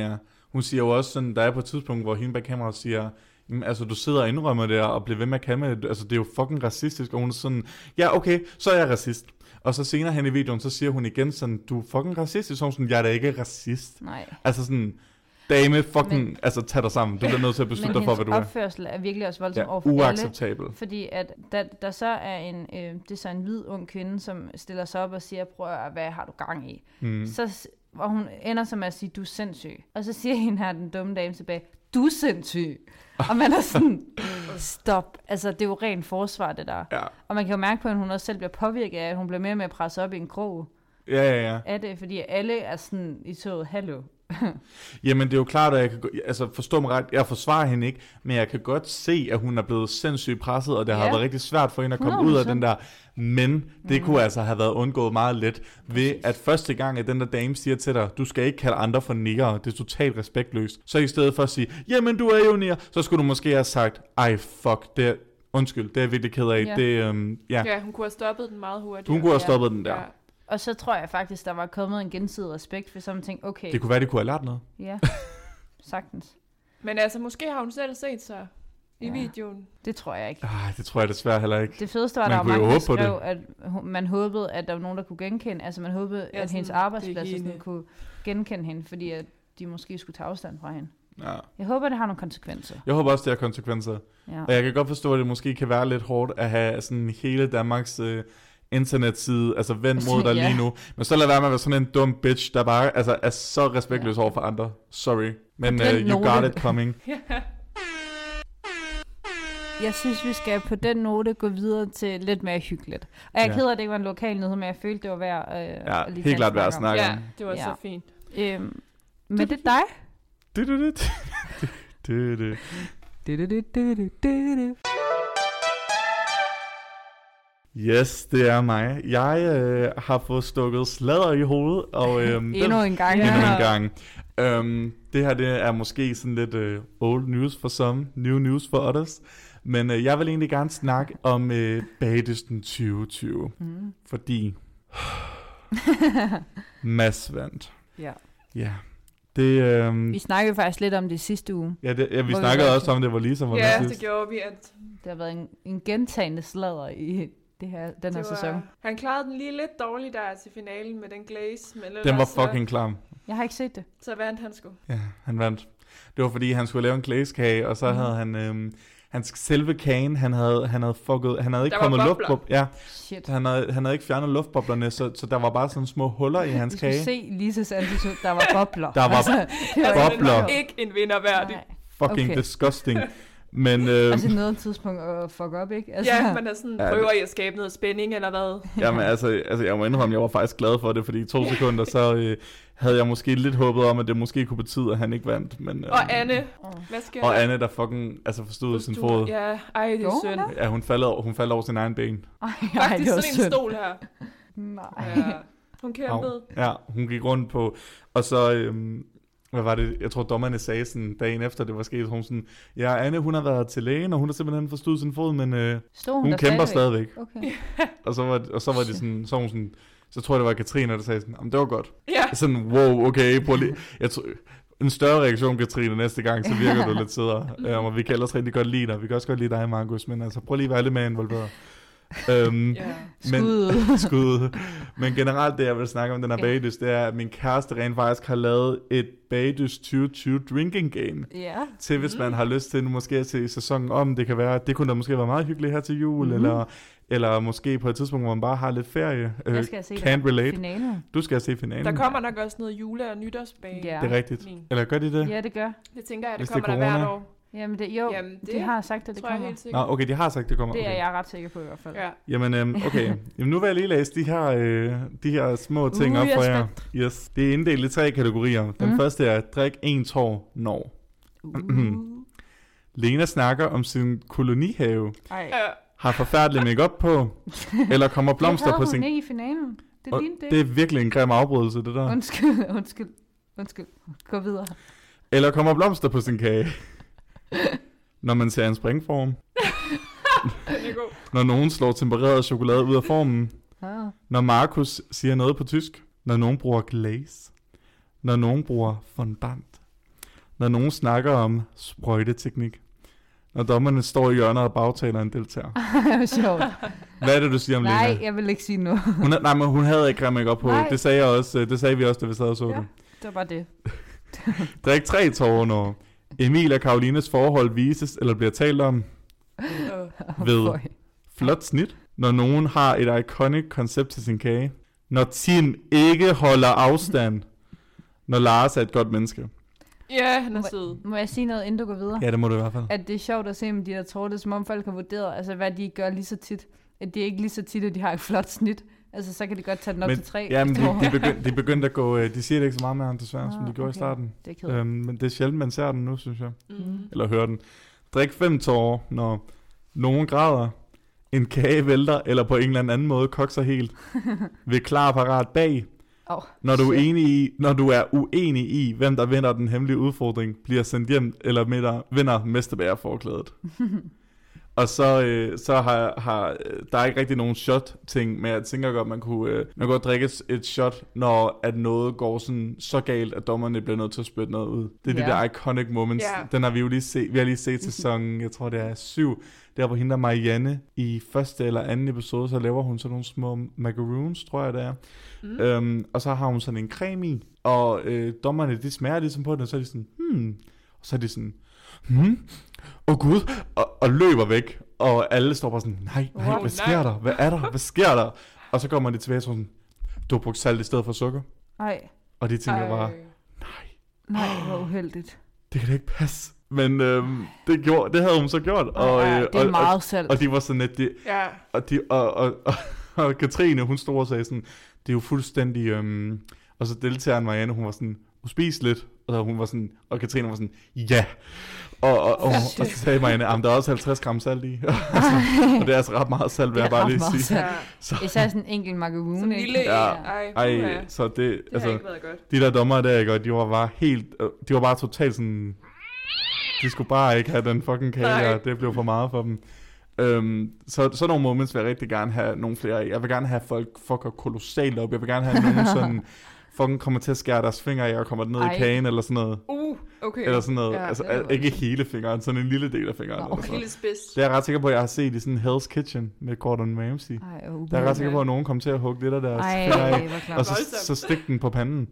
Hun siger jo også sådan, der er på et tidspunkt, hvor hende bag kameraet siger, altså du sidder og indrømmer det, og bliver ved med at kalde det, altså det er jo fucking racistisk, og hun er sådan, ja okay, så er jeg racist. Og så senere hen i videoen, så siger hun igen sådan, du er fucking racistisk, så hun sådan, jeg er da ikke racist. Nej. Altså sådan, dame, fucking, altså tag dig sammen, du bliver nødt til at beslutte dig for, hvad du er. Men hendes opførsel er virkelig også voldsom over for uacceptabel. alle, fordi at der så er det er så en hvid ung kvinde, som stiller sig op og siger, prøv at hvad har du gang i? Så hvor hun ender så med at sige, du er sindssyg. Og så siger hende her, den dumme dame tilbage, du er sindssyg. Og man er sådan, stop. Altså, det er jo rent forsvar, det der. Ja. Og man kan jo mærke på, at hun også selv bliver påvirket af, at hun bliver mere og mere presset op i en krog. Ja. Af det, fordi alle er sådan i toget, hallo. Jamen, det er jo klart, at jeg kan altså forstå mig ret, jeg forsvarer hende ikke, men jeg kan godt se, at hun er blevet sindssygt presset, og det har været rigtig svært for hende at komme 100%. Ud af den der, men det kunne altså have været undgået meget let, ved at første gang, at den der dame siger til dig, du skal ikke kalde andre for nigger, det er totalt respektløst, så i stedet for at sige, jamen du er jo nigger, så skulle du måske have sagt, ej fuck, det er, undskyld, det er jeg virkelig ked af, det, Ja, hun kunne have stoppet den meget hurtigt. Hun kunne have stoppet den der. Ja. Og så tror jeg faktisk, der var kommet en gensidig respekt, for sådan ting, okay. Det kunne være, de kunne have lært noget. Ja, sagtens. Men altså, måske har hun selv set sig i videoen. Det tror jeg ikke. Det tror jeg desværre heller ikke. Det fedeste var, at der var mange, der skrev, at man håbede, at der var nogen, der kunne genkende. Altså man håbede, at hendes arbejdsplads kunne genkende hende, fordi at de måske skulle tage afstand fra hende. Ja. Jeg håber, det har nogle konsekvenser. Jeg håber også, det har konsekvenser. Ja. Og jeg kan godt forstå, at det måske kan være lidt hårdt at have sådan hele Danmarks internetside, altså vendt mod dig lige nu. Men så lad være med at være sådan en dum bitch, der bare altså, er så respektløs over for andre. Sorry. Men you got it coming. Jeg synes, vi skal på den note gå videre til lidt mere hyggeligt. Og jeg er ked af, at det ikke var en lokal nyhed, men jeg følte, det var værd at lige helt klart værd at snakke om. Ja, det var så fint. Men det er dig. Yes, det er mig. Jeg har fået stukket sladder i hovedet. Og, endnu en gang. Det her det er måske sådan lidt old news for some, new news for others. Men jeg vil egentlig gerne snakke om Bagedysten 2020. Fordi Mads vandt. Ja. Det, vi snakkede faktisk lidt om det sidste uge. Ja, vi snakkede også om det, hvor Lisa var med sidst. Ja, det gjorde vi. Der har været en gentagende sladder i den her sæson. Han klarede den lige lidt dårligt der til finalen med den glaze. Men den var fucking klam. Jeg har ikke set det. Så vandt han sgu. Ja, han vandt. Det var fordi, han skulle lave en glazekage, og så havde han... hans selve kagen, han havde fucket, han havde ikke kommet luftbobler. Ja. Shit. Han havde ikke fjernet luftboblerne, så der var bare sådan små huller i hans kage. Du se Lises attitude, der var bobler. Der var bobler. Det ikke en vinderværdig. Fucking disgusting. Men altså noget tidspunkt at fuck op, ikke? Altså, ja, man er sådan, prøver I at skabe noget spænding, eller hvad? Jamen altså jeg må indrømme, jeg var faktisk glad for det, fordi i 2 sekunder, så havde jeg måske lidt håbet om, at det måske kunne betyde, at han ikke vandt. Men, og Anne, hvad sker der? Og Anne, der fucking forstod sin fod. Ja, det er synd. Ja, hun faldt over sin egen ben. Faktisk sådan en stol her. Nej. Ja. Hun kæmpede. Ja, hun gik rundt på, og så... hvad var det? Jeg tror, dommerne sagde sådan, dagen efter det var sket, hun sådan, ja, Anne, hun har været til lægen, og hun har simpelthen forstået sin fod, men hun kæmper stadigvæk. Okay. og så var de sådan, så tror jeg, det var Katrine, der sagde sådan, det var godt. Ja. Sådan, wow, okay, prøv lige. Jeg tror, en større reaktion, Katrine, næste gang, så virker du lidt sødere. Og vi kan ellers rigtig godt lide dig. Vi kan også godt lide dig, Markus, men altså, prøv lige at være lidt mere involveret. Skud. Men generelt det jeg vil snakke om den her bagdyst, det er at min kæreste rent faktisk har lavet et bagdyst 2020 drinking game til hvis man har lyst til nu måske at se sæsonen om. Det kan være, det kunne da måske være meget hyggeligt her til jul, eller måske på et tidspunkt hvor man bare har lidt ferie. Jeg skal se finalen. Du skal se finalen. Der kommer nok også noget jule- og nytårsbag. Det er rigtigt. Eller gør de det? Ja, det gør. Det tænker jeg, det kommer der hvert år. Jamen de har sagt, at det kommer. Okay, de har sagt, det kommer. Det er jeg ret sikker på i hvert fald. Ja. Jamen, okay. Jamen, nu vil jeg lige læse de her små ting op for jer. Yes. Det er inddelt i 3 kategorier. Den første er, drik 1 tår når. Lena snakker om sin kolonihave. Har forfærdelig make-up på. Eller kommer blomster på sin... Det i finalen. Det er virkelig en grim afbrydelse, det der. Undskyld. Gå videre. Eller kommer blomster på sin kage. Når man ser en springform. Når nogen slår tempereret chokolade ud af formen. Når Markus siger noget på tysk. Når nogen bruger glaze. Når nogen bruger fondant. Når nogen snakker om sprøjteteknik. Når dommerne står i hjørnet og bagtaler en deltager. Det var sjovt. Hvad er det, du siger om Lena? Nej, jeg vil ikke sige noget. Men hun havde ikke make op på. Nej. Det sagde jeg også. Det sagde vi også, da vi sad og så det. Det var bare det. Drik 3 tårer, når Emil og Karolines forhold vises eller bliver talt om ved flot snit. Når nogen har et iconic koncept til sin kage. Når Tin ikke holder afstand. Når Lars er et godt menneske. Ja, han er sød. Må jeg sige noget, inden du går videre? Ja, det må du i hvert fald. At det er sjovt at se med de der tårer, det er som om folk har vurderet, altså hvad de gør lige så tit. At det er ikke lige så tit, at de har et flot snit. Altså så kan de godt tage den op til 3. Ja, men de begyndte at gå, de siger det ikke så meget mere, desværre, som de gjorde i starten. Det er men det er sjældent, man ser den nu, synes jeg. Eller hører den. Drik 5 tårer, når nogen græder, en kage vælter, eller på en eller anden måde kokser helt. Ved klar parat bag. Når du er uenig i, hvem der vinder den hemmelige udfordring, bliver sendt hjem, eller vinder mesterbærerforklædet. Og så har der er ikke rigtig nogen shot-ting, men jeg tænker godt, man kunne godt drikke et shot, når at noget går sådan så galt, at dommerne bliver nødt til at spytte noget ud. Det er de der iconic moments. Den har vi jo lige set. Vi har lige set sæsonen, jeg tror det er 7, der hvor hende der Marianne i første eller anden episode, så laver hun sådan nogle små macaroons, tror jeg det er. Og så har hun sådan en creme i, og dommerne, de smager ligesom på den, og så er de sådan, og så er de sådan, gud, og løber væk, og alle står bare sådan, nej, hvad sker der? Hvad er der? Hvad sker der? Og så kommer de tilbage sådan, du har brugt salt i stedet for sukker. Nej. Og de tænker bare, nej, hvor uheldigt. Det kan da ikke passe. Men det havde hun så gjort. Det er meget salt. Og de var sådan, at og Katrine, hun stod og sagde sådan, det er jo fuldstændig, og så deltageren Marianne, hun var sådan, uspiseligt, og hun var sådan, og Katrine var sådan, ja. Og så sagde Marianne, der er også 50 gram salt i. Og det er altså ret meget salt, vil jeg bare lige sige. Især sådan en enkelt macaroon. Sådan en lille så det har ikke været godt. De der dommere der, ikke, og de var bare totalt sådan, de skulle bare ikke have den fucking kage der, det blev for meget for dem. Så nogle moments vil jeg rigtig gerne have nogle flere af. Jeg vil gerne have folk fucker kolossalt op. Jeg vil gerne have nogen sådan fucking kommer til at skære deres fingre af og kommer ned i kagen eller sådan noget. Okay. Eller sådan noget. Altså ikke hele fingeren, sådan en lille del af fingeren. Okay. Lille spids. Det er jeg ret sikker på, at jeg har set i sådan Hell's Kitchen med Gordon Ramsay. Der er jeg ret sikker på, at nogen kommer til at hugge lidt af deres fingre af, og så stikke den på panden.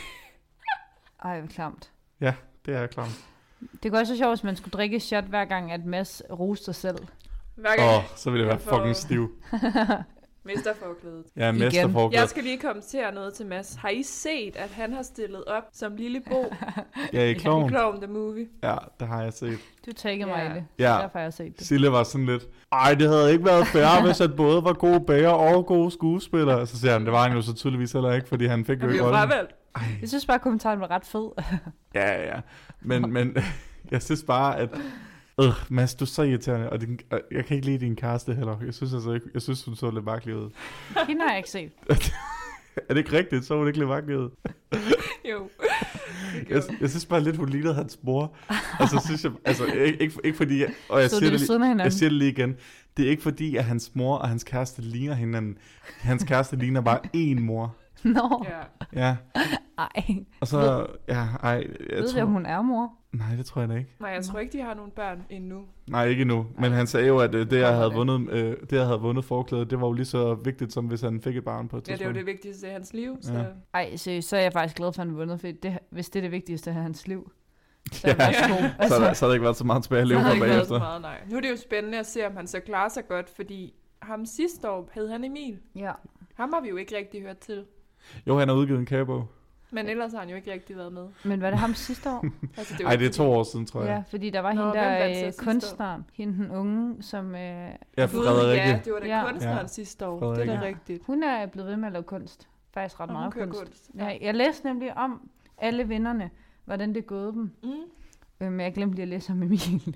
Ej, hvor klamt. Ja, det er klamt. Det kunne også være sjovt, hvis man skulle drikke et shot hver gang, at Mads roste sig selv. Så ville det være fucking stiv. Mesterforklædet. Ja, mesterforklædet. Jeg skal lige kommentere noget til Mads. Har I set, at han har stillet op som lille Bo? Ja, i Klovn. I Klovn the Movie. Ja, det har jeg set. Du tager mig i det. Ja. Derfor har jeg set det. Sille var sådan lidt, det havde ikke været fair, hvis at både var gode bager og gode skuespillere. Så siger han, det var han jo så tydeligvis heller ikke, fordi han fik jo ikke rollen. Jeg synes bare, at kommentaren var ret fed. Ja. Men jeg synes bare, at Mads, du er så irriterende, og jeg kan ikke lide din kæreste heller. Jeg synes hun så lidt mærkelig ud. Hende har jeg ikke set. Er det ikke rigtigt? Så hun ikke lidt mærkelig ud? Jo. Jeg synes bare lidt, hun lignede hans mor. Altså, synes jeg, ikke fordi, og jeg siger det lige igen. Det er ikke fordi, at hans mor og hans kæreste ligner hinanden. Hans kæreste ligner bare én mor. Nå. Ja. Ej. Og så, Ved du, om hun er mor? Nej, det tror jeg da ikke. Nej, jeg tror ikke, de har nogen børn endnu. Nej, ikke endnu. Men han sagde jo, at det, jeg havde vundet forklædet, det var jo lige så vigtigt, som hvis han fik et barn på et tidspunkt. Ja, det er jo det vigtigste i hans liv. Så. Ja. Ej, så er jeg faktisk glad for, at han vundet, for hvis det er det vigtigste af hans liv, så er det så har det ikke været så meget tilbage at leve for bagefter. Meget, nej. Nu er det jo spændende at se, om han så klarer sig godt, fordi ham sidste år hed han Emil. Ja. Ham har vi jo ikke rigtig hørt til. Jo, han har udgivet en kagebog. Men ellers har han jo ikke rigtig været med. Men var det ham sidste år? Altså, det er 2 år siden, tror jeg. Ja, fordi der var hende der kunstneren, hende den unge, som... Ja, Frederikke. Ja, det var da kunstneren sidste år. Frederikke. Det er da rigtigt. Hun er blevet ved med at lave kunst. Faktisk ret meget kunst. Ja, jeg læste nemlig om alle vinderne, hvordan det gået dem. Men jeg glemte lige at læse om Emil.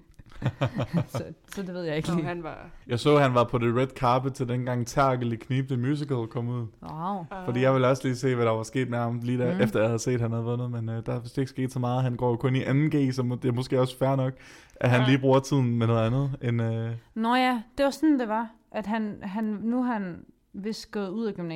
så det ved jeg ikke lige. Jeg så, han var på det red carpet til dengang Terkel i Knib The Musical kom ud. Wow. Fordi jeg ville også lige se, hvad der var sket med ham, lige der, efter jeg havde set, at han havde vundet. Men der er vist ikke sket så meget. Han går jo kun i 2G, så det er måske også fair nok, at han lige bruger tiden med noget andet. Nå ja, det var sådan, det var. At nu har han vist gået ud af gymnasiet.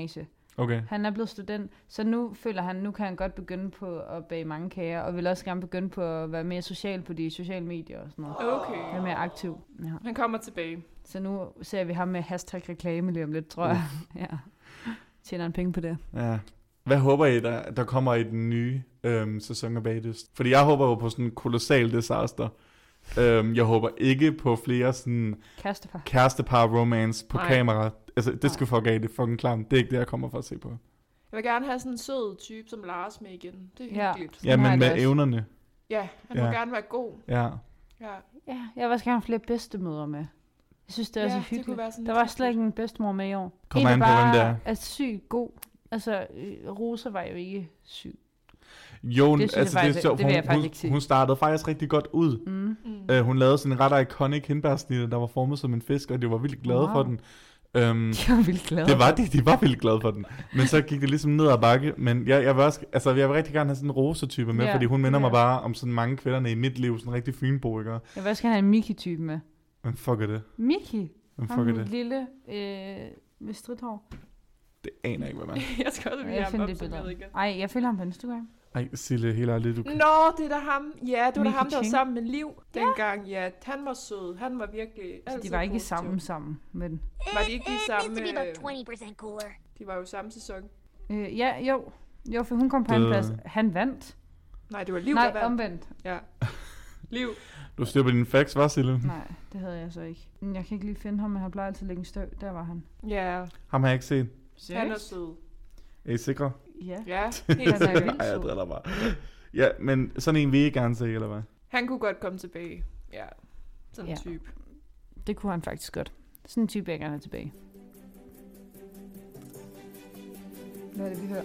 Okay. Han er blevet student, så nu føler han, nu kan han godt begynde på at bage mange kager, og vil også gerne begynde på at være mere social på de sociale medier og sådan noget. Okay. Være mere aktiv. Ja. Han kommer tilbage. Så nu ser vi ham med #reklame lige om lidt, tror jeg. Ja. Tjener han penge på det. Ja. Hvad håber I, der kommer i den nye sæson af Bagdyst? Fordi jeg håber jo på sådan en kolossal disaster. Jeg håber ikke på flere sådan kærestepar romance på kamera. Altså, det skal fuck af, det er fucking klamt. Det er ikke det, jeg kommer for at se på. Jeg vil gerne have sådan en sød type som Lars med igen. Det er hyggeligt. Ja, men med evnerne. Ja, han må gerne være god. Ja. Ja, jeg vil også gerne have flere bedstemødre med. Jeg synes, det er så hyggeligt. Der var slet ikke en bedstemor med i år. Kom an på, hvem det er. Sygt god. Altså, Rosa var jo ikke syg. Jo, det vil jeg faktisk ikke sige. Hun startede faktisk rigtig godt ud. Hun lavede sådan en ret iconic hindbærsnitte, der var formet som en fisk, og de var vildt glade for den. De var vildt glade. Det var de var vildt glade for den. Men så gik det ligesom ned ad bakke. Men jeg vil også, altså jeg vil rigtig gerne have sådan en Rosa-type med, fordi hun minder mig bare om sådan mange kvinderne i mit liv, sådan en rigtig fynbo, ikke? Jeg vil også gerne have en Mickey-type med. Hvem fuck er det? Mickey? Hvem fuck er det? Lille med stridthår. Det aner jeg ikke, hvad man. Jeg skal også blive ham opsummeret igen. Ej, jeg følger ham på Instagram. Ej, Sille, helt ærligt, du kan... Nå, det er da ham. Ja, det var da ham, der var sammen med Liv dengang. Ja, han var sød. Han var virkelig altid. De var ikke sammen med den. Var de ikke de samme? De var jo samme sæson. Jo, for hun kom på anden plads. Han vandt. Nej, det var Liv, der vandt. Nej, omvendt. Ja. Liv. Du styrer på dine facts, var Sille? Nej, det havde jeg så ikke. Jeg kan ikke lige finde ham, men han plejer altid at lægge en støv. Der var han. Ja. Ham har jeg ikke set. Han er sød. Er I sikre? Ja, helt sikkert. Ej, jeg driller bare. Ja, men sådan en vil I gerne se, eller hvad? Han kunne godt komme tilbage. Ja, sådan en type. Det kunne han faktisk godt. Sådan en type vil jeg gerne have tilbage. Hvad er det, vi hører?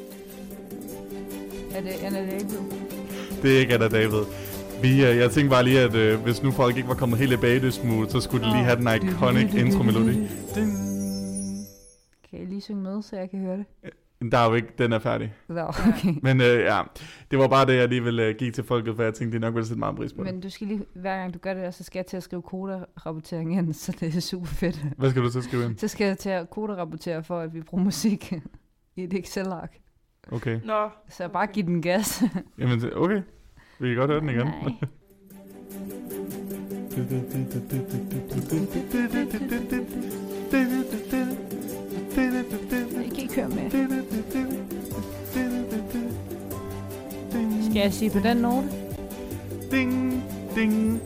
Er det Anna David? Det er ikke Anna David. Jeg tænkte bare lige, at hvis nu folk ikke var kommet helt i bagdyst-mood, så skulle de lige have den iconic intro-melodi. Kan jeg lige synge med, så jeg kan høre det? Der er jo ikke, den er færdig. Okay. Men det var bare det, jeg lige ville give til folket, for jeg tænkte, de nok ville sætte meget pris på det. Men du skal lige, hver gang du gør det, så skal jeg til at skrive koderapportering ind, så det er super fedt. Hvad skal du så skrive ind? Så skal jeg til at koderapportere for, at vi bruger musik i et Excel-ark. Okay. Nå. Så bare giv den gas. Jamen, okay. Vi kan godt høre den igen. Nej. Jeg kan ikke høre med. Skal jeg sige på den note? Ding, ding,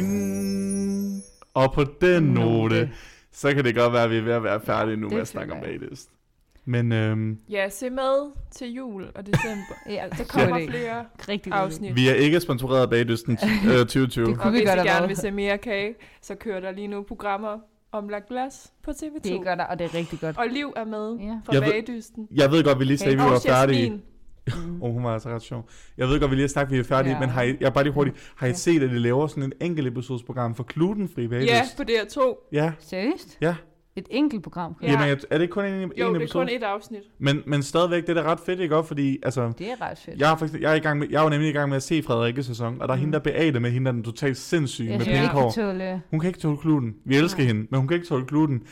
ding. Og på den note, så kan det godt være, at vi er ved at være færdige nu med at snakke om Bagdyst. Men ja, se med til jul og december. Ja, der kommer flere afsnit. Vi er ikke sponsoreret af Bagdysten 2020. Det kunne vi godt have. Hvis I gerne vil se mere kage, så kører der lige nu programmer om lagt glas på TV2. Det gør der, og det er rigtig godt. Og Liv er med fra Bagdysten. Jeg ved godt, vi lige sagde, at vi var færdige. Hun var altså ret sjov. Jeg ved godt, vi lige har snakket, at vi er færdige, men jeg bare lige hurtigt, har I set, at de laver sådan en enkelt episodsprogram for Glutenfri Bagdyst? Ja, på DR2. Ja. Seriøst? Ja. Et enkelt program? Ja. Jamen, er det ikke kun en episode? Jo, det er kun et afsnit. Men stadigvæk, det er da ret fedt, ikke? Fordi, altså... Det er ret fedt. Jeg er jo nemlig i gang med at se Frederikkes sæson, og der er hende, der Beate med hende, der er den totalt sindssyge med pænkår. Hun kan ikke tåle gluten. Vi elsker hende, men hun kan ikke tåle gluten.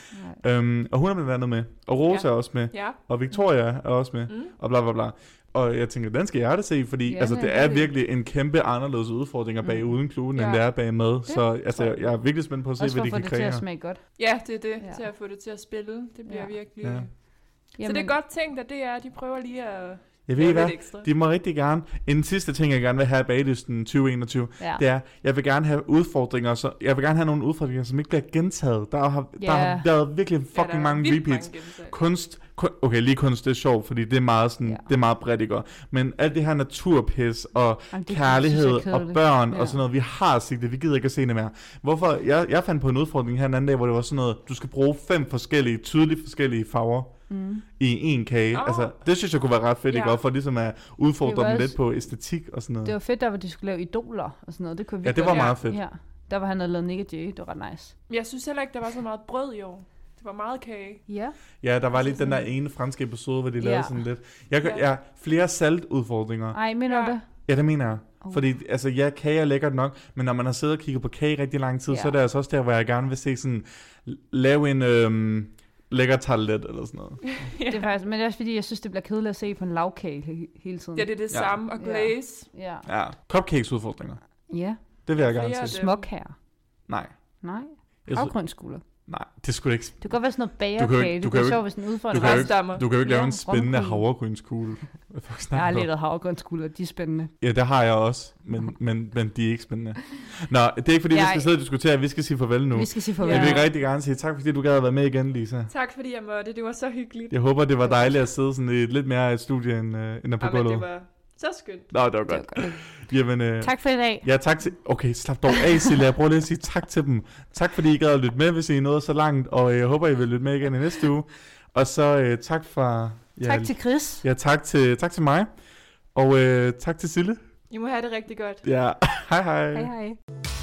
Og hun er blandt andet med. Og Rosa er også med. Ja. Og Victoria er også med. Og bla bla bla. Og jeg tænker, den skal jeg da se, fordi altså, det er virkelig en kæmpe anderledes udfordring at bage uden gluten, end det er at bage med. Så altså, jeg er virkelig spændt på at se, hvad de kan kreere. Også for at få det til at smage godt. Ja, det er det. Til at få det til at spille. Det bliver virkelig... Ja. Så det er godt tænkt, at det er, de prøver lige at... Jeg ved hvad, de må rigtig gerne. En sidste ting, jeg gerne vil have i Bagdysten 2021, det er, jeg vil gerne have udfordringer, så jeg vil gerne have nogle udfordringer, som ikke bliver gentaget. Der har været virkelig fucking mange repeats. Kunst, okay, lige kunst, det er sjovt, fordi det er meget sådan, det er meget bredt, ikke? Men alt det her naturpis og kærlighed og børn og sådan noget, vi har set det, vi gider ikke at se det mere. Hvorfor? Jeg fandt på en udfordring her en anden dag, hvor det var sådan noget, du skal bruge 5 tydeligt forskellige farver. I en kage. Altså, det synes jeg kunne være ret fedt, ikke? For ligesom at udfordre dem lidt på æstetik og sådan noget. Det var fedt, der hvor de skulle lave idoler og sådan noget. Det kunne vi det var meget fedt. Ja. Der var han lavet Nick Jay, det var ret nice. Jeg synes heller ikke, der var så meget brød i år. Det var meget kage. Ja, der var lidt den der ene franske episode, hvor de lavede sådan lidt. Flere saltudfordringer. Ej, mener du det? Ja, det mener jeg. Fordi altså, kage er lækkert nok, men når man har siddet og kigget på kage rigtig lang tid, så er det altså også der, hvor jeg gerne vil se sådan, lave en lækker tartelet eller sådan noget. Det er faktisk, men det er også fordi, jeg synes, det bliver kedeligt at se på en lavkage hele tiden. Ja, det er det samme. Og glaze. Ja. Ja. Cupcakes udfordringer. Ja. Det vil jeg gerne Flere se. af Smuk her. Nej. Nej. Jeg synes- Havgrønskugler. Nej, det skulle ikke. Det kan godt være sådan noget Du kan jo bagerkage. ikke- Det kunne være sjovt, hvis den udfordrer. Du kan jo ikke lave Ja, en spændende romkugle. havregrynskugle. Jeg har lidt af havgrønskugler, de er spændende. Ja, det har jeg også, men de er ikke spændende. Nå, det er ikke fordi, vi skal sidde og diskutere, vi skal sige farvel nu. Vi skal sige farvel. Jeg vil rigtig gerne sige tak, fordi du gad at være med igen, Lisa. Tak fordi jeg måtte. Det var så hyggeligt. Jeg håber, det var dejligt at sidde sådan i lidt mere et studie, end at på Men gulvet. det var så skønt. Nå, det var godt. Jamen, Tak for i dag. ja, tak til... Okay, slap dog af, Silja. Jeg prøver lige at sige tak til dem. Tak fordi I gad at lytte med, hvis I er nået så langt. Og jeg håber, I vil lytte med igen i næste uge. Og så tak fra... Ja, Tak til Chris. Ja, tak til mig. Og tak til Sille. I må have det rigtig godt. Ja, hej hej. Hej hej.